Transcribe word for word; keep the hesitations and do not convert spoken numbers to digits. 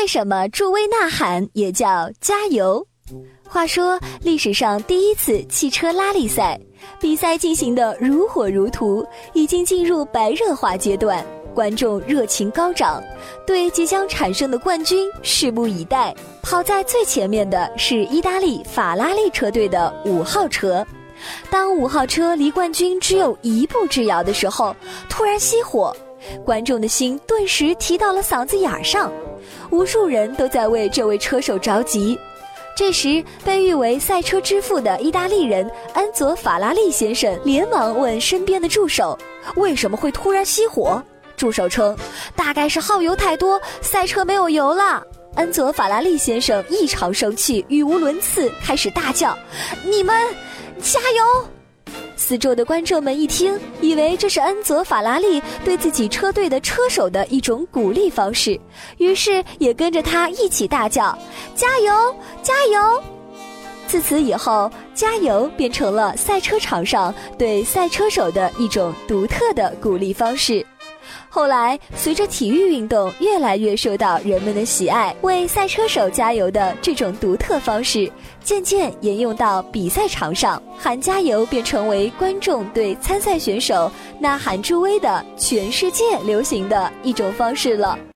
为什么助威呐喊也叫加油？话说历史上第一次汽车拉力赛，比赛进行得如火如荼，已经进入白热化阶段，观众热情高涨，对即将产生的冠军拭目以待。跑在最前面的是意大利法拉利车队的五号车，当五号车离冠军只有一步之遥的时候，突然熄火，观众的心顿时提到了嗓子眼上，无数人都在为这位车手着急。这时被誉为赛车之父的意大利人安佐·法拉利先生连忙问身边的助手，为什么会突然熄火？助手称，大概是耗油太多，赛车没有油了。安佐·法拉利先生异常生气，语无伦次，开始大叫，你们加油！四周的观众们一听，以为这是安佐·法拉利对自己车队的车手的一种鼓励方式，于是也跟着他一起大叫，加油加油！自此以后，加油变成了赛车场上对赛车手的一种独特的鼓励方式。后来随着体育运动越来越受到人们的喜爱，为赛车手加油的这种独特方式渐渐沿用到比赛场上，喊加油便成为观众对参赛选手呐喊助威的全世界流行的一种方式了。